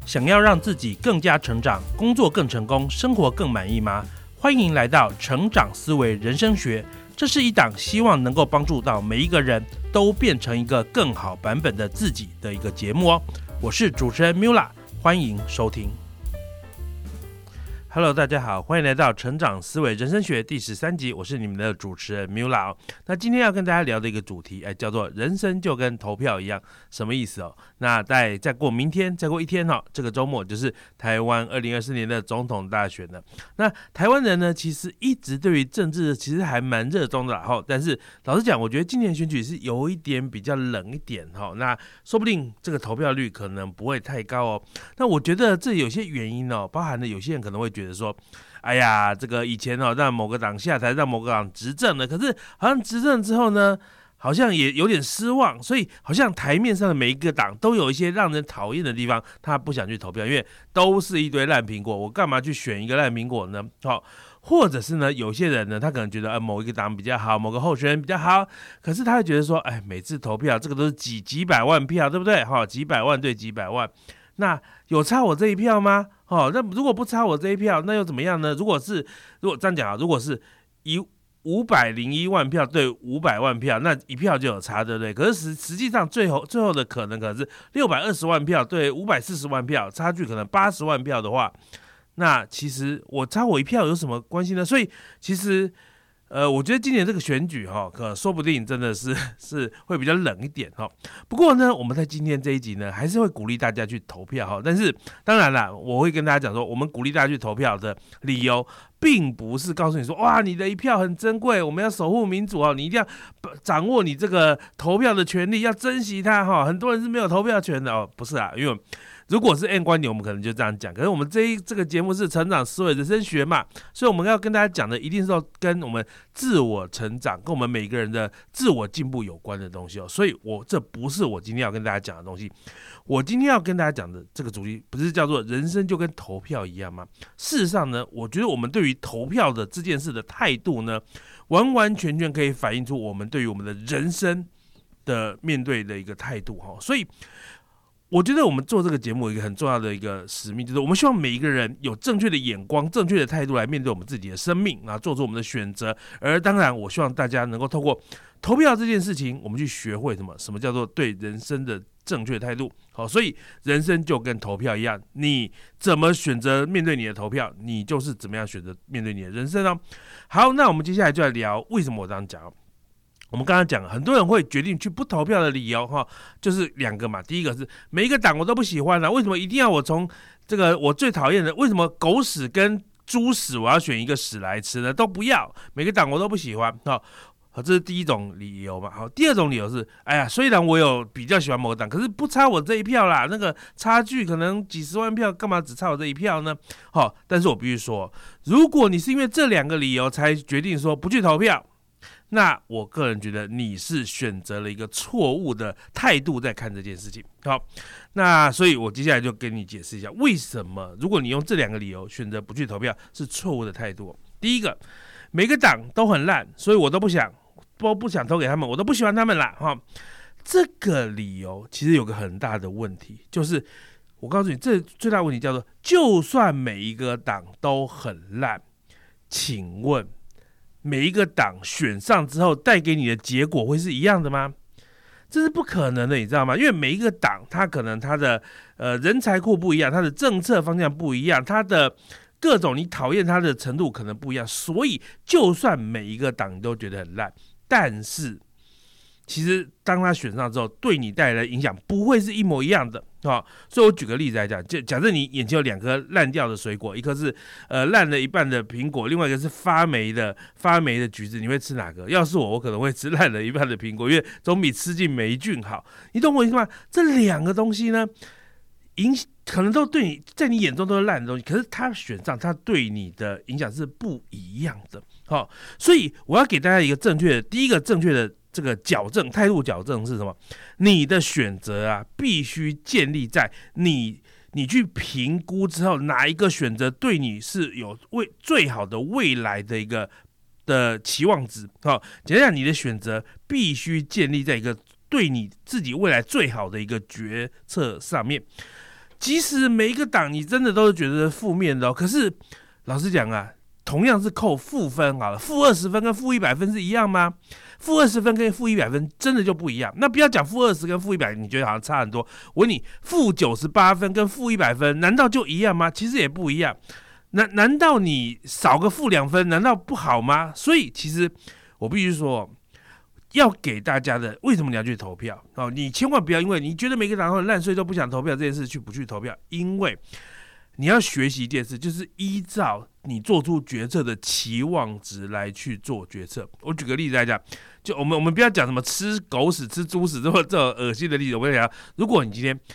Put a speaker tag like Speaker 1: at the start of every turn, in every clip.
Speaker 1: 想要让自己更加成长，工作更成功，生活更满意吗？欢迎来到成长思维人生学，这是一档希望能够帮助到每一个人都变成一个更好版本的自己的一个节目哦。我是主持人 Mula， 欢迎收听。Hello， 大家好，欢迎来到成长思维人生学第13集，我是你们的主持人 Mula 哦。那今天要跟大家聊的一个主题，叫做人生就跟投票一样，什么意思哦？那再过明天，再过一天哦，这个周末就是台湾2024年的总统大选了。那台湾人呢，其实一直对于政治其实还蛮热衷的啦，但是老实讲，我觉得今年选举是有一点比较冷一点哈，那说不定这个投票率可能不会太高哦。那我觉得这有些原因哦，包含了有些人可能会觉得说，哎呀，这个以前让某个党下台，让某个党执政了，可是好像执政之后呢，好像也有点失望，所以好像台面上的每一个党都有一些让人讨厌的地方，他不想去投票，因为都是一堆烂苹果，我干嘛去选一个烂苹果呢？或者是呢，有些人呢，他可能觉得某一个党比较好，某个候选人比较好，可是他会觉得说，每次投票这个都是几百万票，对不对？几百万对几百万，那有差我这一票吗？那如果不差我这一票，那又怎么样呢？如果这样讲啊，如果是501万票对500万票，那一票就有差，对不对？可是实际上最后的可能是620万票对540万票，差距可能80万票的话，那其实差我一票有什么关系呢？所以其实我觉得今年这个选举说不定真的是会比较冷一点不过呢，我们在今天这一集呢，还是会鼓励大家去投票但是当然啦，我会跟大家讲说，我们鼓励大家去投票的理由，并不是告诉你说，哇，你的一票很珍贵，我们要守护民主你一定要掌握你这个投票的权利，要珍惜它很多人是没有投票权的不是啊，因为如果是 N 观点，我们可能就这样讲。可是我们这个节目是成长思维人生学嘛，所以我们要跟大家讲的，一定是要跟我们自我成长、跟我们每个人的自我进步有关的东西所以这不是我今天要跟大家讲的东西。我今天要跟大家讲的这个主题，不是叫做人生就跟投票一样吗？事实上呢，我觉得我们对于投票的这件事的态度呢，完完全全可以反映出我们对于我们的人生的面对的一个态度所以我觉得我们做这个节目有一个很重要的一个使命，就是我们希望每一个人有正确的眼光、正确的态度来面对我们自己的生命，然后做出我们的选择。而当然，我希望大家能够透过投票这件事情，我们去学会什么叫做对人生的正确态度。所以人生就跟投票一样，你怎么选择面对你的投票，你就是怎么样选择面对你的人生好，那我们接下来就来聊为什么我这样讲我们刚刚讲，很多人会决定去不投票的理由就是2个嘛。第一个是每一个党我都不喜欢为什么一定要我从这个我最讨厌的，为什么狗屎跟猪屎我要选一个屎来吃呢？都不要，每个党我都不喜欢这是第一种理由嘛。第二种理由是，虽然我有比较喜欢某个党，可是不差我这一票啦，那个差距可能几十万票，干嘛只差我这一票呢？但是我必须说，如果你是因为这2个理由才决定说不去投票，那我个人觉得你是选择了一个错误的态度在看这件事情。那所以我接下来就跟你解释一下，为什么如果你用这2个理由选择不去投票是错误的态度。第一个，每个党都很烂，所以我都不想投给他们，我都不喜欢他们啦这个理由其实有个很大的问题，就是我告诉你，这最大的问题叫做，就算每一个党都很烂，请问每一个党选上之后带给你的结果会是一样的吗？这是不可能的，你知道吗？因为每一个党它可能它的人才库不一样，它的政策方向不一样，它的各种你讨厌它的程度可能不一样，所以就算每一个党都觉得很烂，但是其实当他选上之后，对你带来的影响不会是一模一样的所以我举个例子来讲，就假设你眼前有2颗烂掉的水果，一颗是烂了一半的苹果，另外一个是发霉的橘子，你会吃哪个？要是我可能会吃烂了一半的苹果，因为总比吃进霉菌好。你懂我意思吗？这2个东西呢，可能都对你在你眼中都是烂的东西，可是他选上，他对你的影响是不一样的所以我要给大家一个第一个正确的这个态度矫正是什么？你的选择必须建立在你去评估之后，哪一个选择对你是有最好的未来的一个的期望值简单讲，你的选择必须建立在一个对你自己未来最好的一个决策上面。 即使每一个党你真的都是觉得负面的可是老实讲啊，同样是扣负分好了，负20分跟负100分是一样吗？负20分跟负100分真的就不一样。那不要讲负20跟负100，你觉得好像差很多。我问你，负98分跟负100分难道就一样吗？其实也不一样。难道你少个负2分难道不好吗？所以其实我必须说，要给大家的，为什么你要去投票？你千万不要因为你觉得每个党很烂，所以都不想投票这件事不去投票，因为你要学习一件事，就是依照你做出决策的期望值来去做决策。我举个例子来讲，就我们不要讲什么吃狗屎、吃猪屎这种恶心的例子。我跟你讲，如果你今天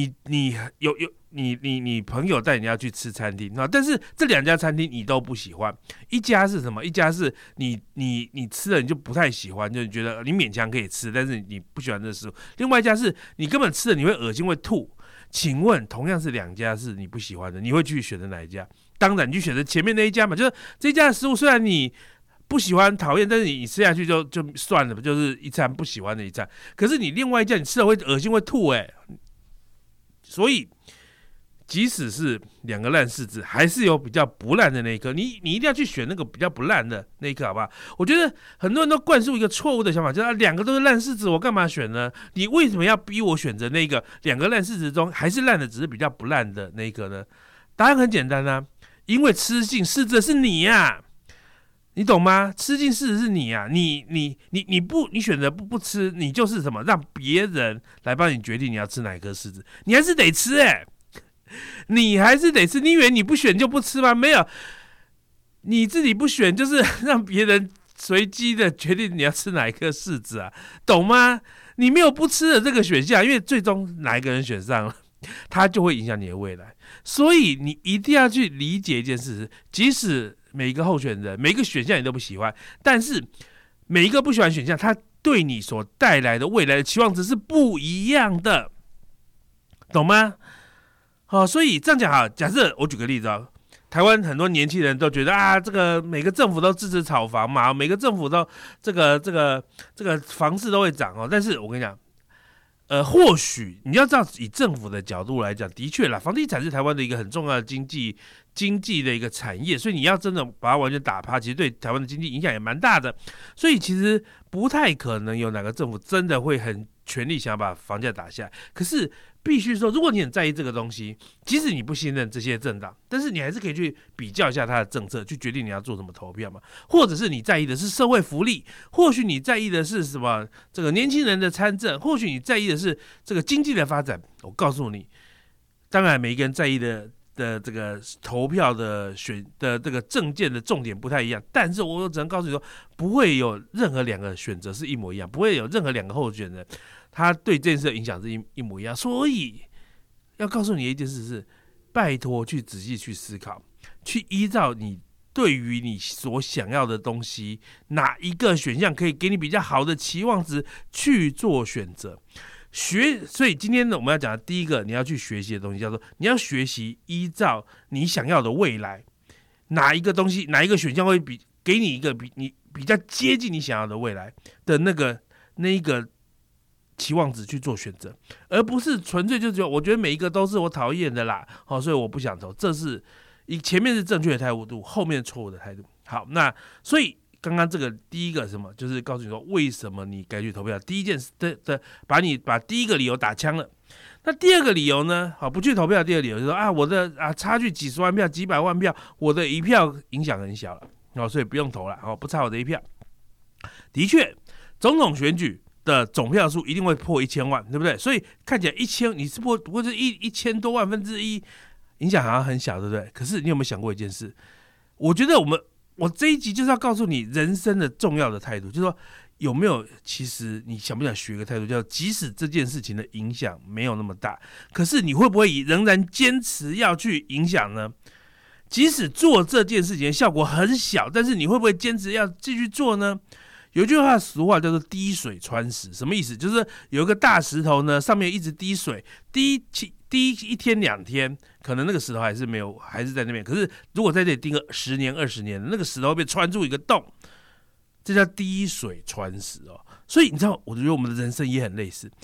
Speaker 1: 你朋友带你要去吃餐厅，但是这2家餐厅你都不喜欢，一家是什么？一家是你吃了你就不太喜欢，就你觉得你勉强可以吃，但是你不喜欢这食物。另外一家是你根本吃了你会恶心会吐。请问同样是2家是你不喜欢的，你会去选择哪一家？当然你去选择前面那一家嘛，就是这一家的食物虽然你不喜欢讨厌，但是你吃下去就算了，就是一餐不喜欢的一餐。可是你另外一家你吃了会恶心会吐所以即使是2个烂柿子，还是有比较不烂的那一颗。你一定要去选那个比较不烂的那一颗，好不好？我觉得很多人都灌输一个错误的想法，就是2个都是烂柿子，我干嘛选呢？你为什么要逼我选择那个2个烂柿子中还是烂的，只是比较不烂的那一个呢？答案很简单啊，因为吃进柿子的是你呀，你懂吗？吃进柿子是你啊，你选择不吃，你就是什么让别人来帮你决定你要吃哪一颗柿子，你还是得吃你还是得吃，你以为你不选就不吃吗？没有，你自己不选就是让别人随机的决定你要吃哪一颗柿子啊，懂吗？你没有不吃的这个选项，因为最终哪一个人选上了，他就会影响你的未来。所以你一定要去理解一件事，即使每一个候选人每一个选项你都不喜欢，但是每一个不喜欢选项，它对你所带来的未来的期望值是不一样的，懂吗？所以这样讲好，假设我举个例子台湾很多年轻人都觉得这个每个政府都支持炒房嘛，每个政府都这个房市都会涨但是我跟你讲，或许你要知道，以政府的角度来讲，的确啦，房地产是台湾的一个很重要的经济的一个产业，所以你要真的把它完全打趴，其实对台湾的经济影响也蛮大的。所以其实不太可能有哪个政府真的会很全力想要把房价打下来。可是必须说，如果你很在意这个东西，即使你不信任这些政党，但是你还是可以去比较一下它的政策，去决定你要做什么投票嘛。或者是你在意的是社会福利，或许你在意的是什么这个年轻人的参政，或许你在意的是这个经济的发展。我告诉你，当然每一个人在意的这个投票的这个政见的重点不太一样，但是我只能告诉你说，不会有任何2个选择是一模一样，不会有任何2个候选人他对这件事的影响是一模一样。所以要告诉你一件事是，拜托去仔细去思考，去依照你对于你所想要的东西，哪一个选项可以给你比较好的期望值去做选择。所以今天呢，我们要讲的第一个你要去学习的东西，叫做你要学习依照你想要的未来，哪一个东西，哪一个选项会给你一个比较接近你想要的未来的那一个期望值去做选择，而不是纯粹就是我觉得每一个都是我讨厌的啦，所以我不想投。这是前面是正确的态度，后面错误的态度。好，那所以刚刚这个第一个什么，就是告诉你说为什么你该去投票。第一件事把第一个理由打枪了。那第二个理由呢？不去投票。第二个理由就是说我的差距几十万票、几百万票，我的一票影响很小了，所以不用投了，不差我的一票。的确，总统选举的总票数一定会破1000万，对不对？所以看起来你是不过是1000多万分之一，影响好像很小，对不对？可是你有没有想过一件事？我觉得我这一集就是要告诉你人生的重要的态度，就是说有没有其实你想不想学一个态度，叫即使这件事情的影响没有那么大，可是你会不会仍然坚持要去影响呢？即使做这件事情的效果很小，但是你会不会坚持要继续做呢？有一句话俗话叫做滴水穿石，什么意思？就是有一个大石头呢，上面一直滴水，滴1天2天，可能那个石头还是在那边。可是如果在这里滴个10年20年，那个石头会被穿出一个洞，这叫滴水穿石所以你知道，我觉得我们的人生也很类似。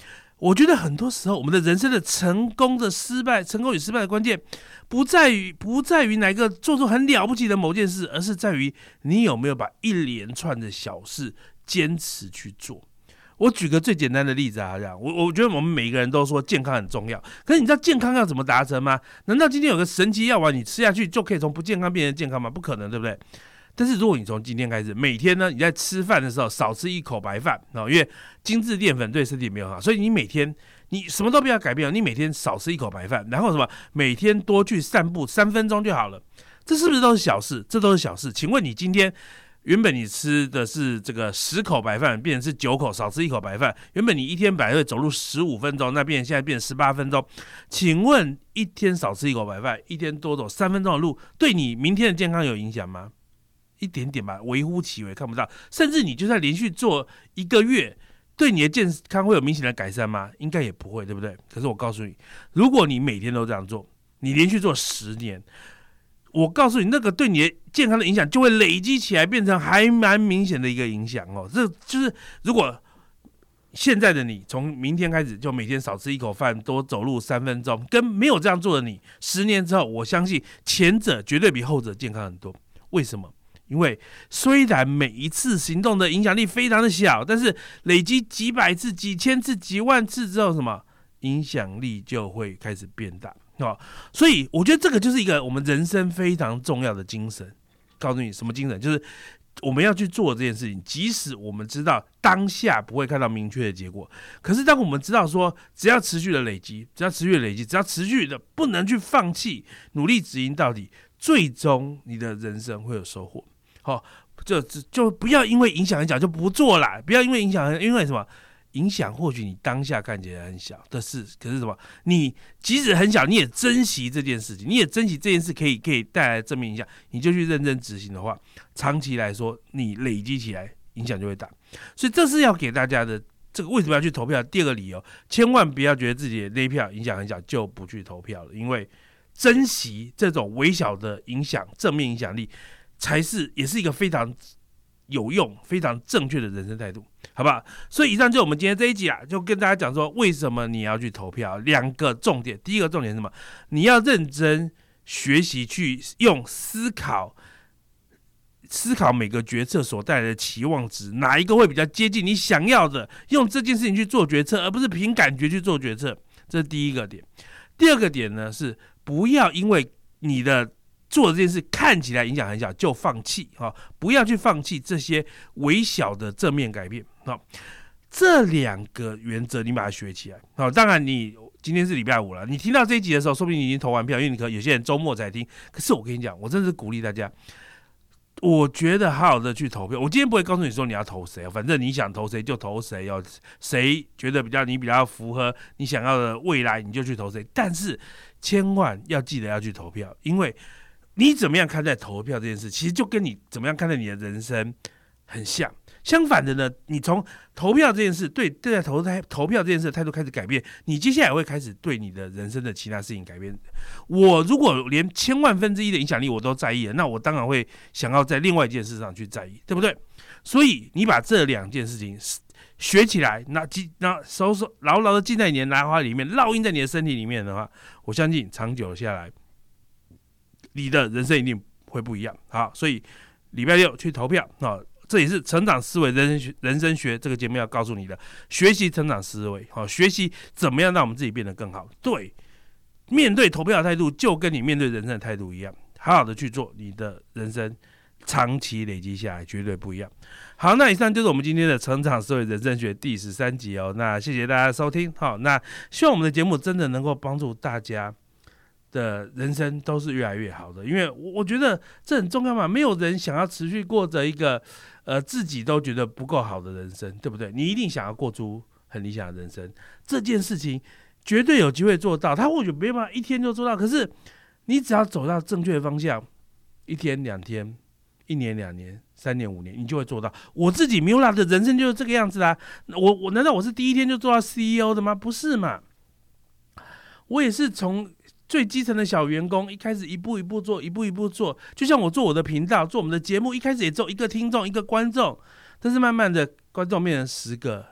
Speaker 1: 我觉得很多时候，我们的人生的成功与失败的关键，不在于哪个做出很了不起的某件事，而是在于你有没有把一连串的小事坚持去做。我举个最简单的例子啊，我觉得我们每一个人都说健康很重要，可是你知道健康要怎么达成吗？难道今天有个神奇药丸你吃下去就可以从不健康变成健康吗？不可能，对不对？但是如果你从今天开始，每天呢你在吃饭的时候少吃一口白饭，因为精致淀粉对身体没有好，所以你每天你什么都不要改变，你每天少吃一口白饭，然后什么每天多去散步3分钟就好了，这是不是都是小事？这都是小事。请问你今天原本你吃的是这个10口白饭，变成是9口，少吃一口白饭。原本你一天本来会走路15分钟，那现在变成18分钟。请问一天少吃一口白饭，一天多走3分钟的路，对你明天的健康有影响吗？一点点吧，微乎其微，看不到。甚至你就算连续做1个月，对你的健康会有明显的改善吗？应该也不会，对不对？可是我告诉你，如果你每天都这样做，你连续做10年，我告诉你，那个对你的健康的影响就会累积起来，变成还蛮明显的一个影响哦。这就是如果现在的你从明天开始就每天少吃一口饭，多走路3分钟，跟没有这样做的你，10年之后，我相信前者绝对比后者健康很多。为什么？因为虽然每一次行动的影响力非常的小，但是累积几百次、几千次、几万次之后，什么影响力就会开始变大。所以我觉得这个就是一个我们人生非常重要的精神。告诉你什么精神？就是我们要去做这件事情，即使我们知道当下不会看到明确的结果，可是当我们知道说只要持续的累积，只要持续的不能去放弃，努力执行到底，最终你的人生会有收获。就不要因为影响很小就不做啦，不要因为因为什么影响，或许你当下看起来很小的事，可是什么？你即使很小，你也珍惜这件事情，你也珍惜这件事可以带来正面影响，你就去认真执行的话，长期来说，你累积起来影响就会大。所以这是要给大家的。这个为什么要去投票？第二个理由，千万不要觉得自己的那一票影响很小就不去投票了，因为珍惜这种微小的影响，正面影响力。也是一个非常有用、非常正确的人生态度，好不好？所以以上就是我们今天这一集啊，就跟大家讲说，为什么你要去投票？2个重点，第一个重点是什么？你要认真学习去用思考每个决策所带来的期望值，哪一个会比较接近你想要的，用这件事情去做决策，而不是凭感觉去做决策。这是第一个点。第二个点呢是不要因为你的做这件事看起来影响很小就放弃，不要去放弃这些微小的正面改变。这2个原则你把它学起来。当然你今天是礼拜5了，你听到这一集的时候说不定你已经投完票，因为有些人周末才听。可是我跟你讲，我真的是鼓励大家，我觉得好好的去投票。我今天不会告诉你说你要投谁，反正你想投谁就投谁，谁觉得你比较符合你想要的未来，你就去投谁。但是千万要记得要去投票，因为你怎么样看待投票这件事，其实就跟你怎么样看待你的人生很像。相反的呢，你从投票这件事对待投票这件事的态度开始改变，你接下来会开始对你的人生的其他事情改变。我如果连1000万分之1的影响力我都在意了，那我当然会想要在另外一件事上去在意，对不对？所以你把这2件事情学起来，那牢牢的记在你的脑海里面，烙印在你的身体里面的话，我相信长久下来，你的人生一定会不一样。好，所以礼拜6去投票。这也是成长思维人生学这个节目要告诉你的，学习成长思维，学习怎么样让我们自己变得更好。对，面对投票的态度就跟你面对人生的态度一样，好好的去做，你的人生长期累积下来绝对不一样。好，那以上就是我们今天的成长思维人生学第13集哦。那谢谢大家的收听。好，那希望我们的节目真的能够帮助大家的人生都是越来越好的，因为我觉得这很重要嘛。没有人想要持续过着一个自己都觉得不够好的人生，对不对？你一定想要过出很理想的人生，这件事情绝对有机会做到。他或许没办法一天就做到，可是你只要走到正确的方向，1天2天1年2年3年5年，你就会做到。我自己 Miula 的人生就是这个样子啦。我难道我是第一天就做到 CEO 的吗？不是嘛。我也是从最基层的小员工，一开始一步一步做，一步一步做。就像我做我的频道，做我们的节目，一开始也只有1个听众，1个观众，但是慢慢的观众变成10个，1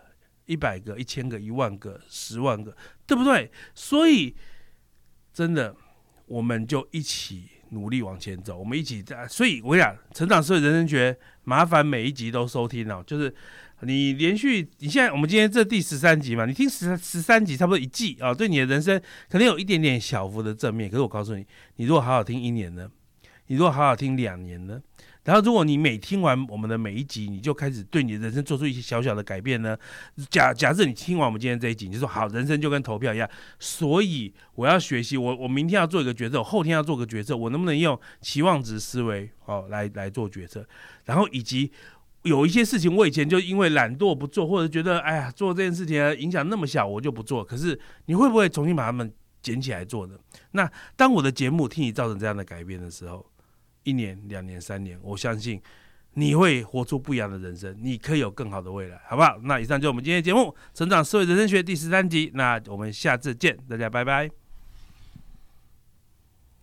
Speaker 1: 100个、1000个、1万个、10万个，对不对？所以真的，我们就一起努力往前走，我们一起在。所以我跟你讲，成长思维人生学，麻烦每一集都收听哦。就是你连续，你现在我们今天这第13集嘛，你听13集，差不多1季啊，对你的人生可能有一点点小幅的正面。可是我告诉你，你如果好好听1年呢，你如果好好听2年呢？然后，如果你每听完我们的每一集，你就开始对你的人生做出一些小小的改变呢？假设你听完我们今天这一集，你就说好，人生就跟投票一样，所以我要学习，我明天要做一个决策，我后天要做个决策，我能不能用期望值思维来做决策？然后以及有一些事情，我以前就因为懒惰不做，或者觉得哎呀做这件事情影响那么小，我就不做。可是你会不会重新把它们捡起来做呢？那当我的节目替你造成这样的改变的时候，1年、2年、3年，我相信你会活出不一样的人生，你可以有更好的未来，好不好？那以上就是我们今天的节目《成长思维人生学》第13集，那我们下次见，大家拜拜。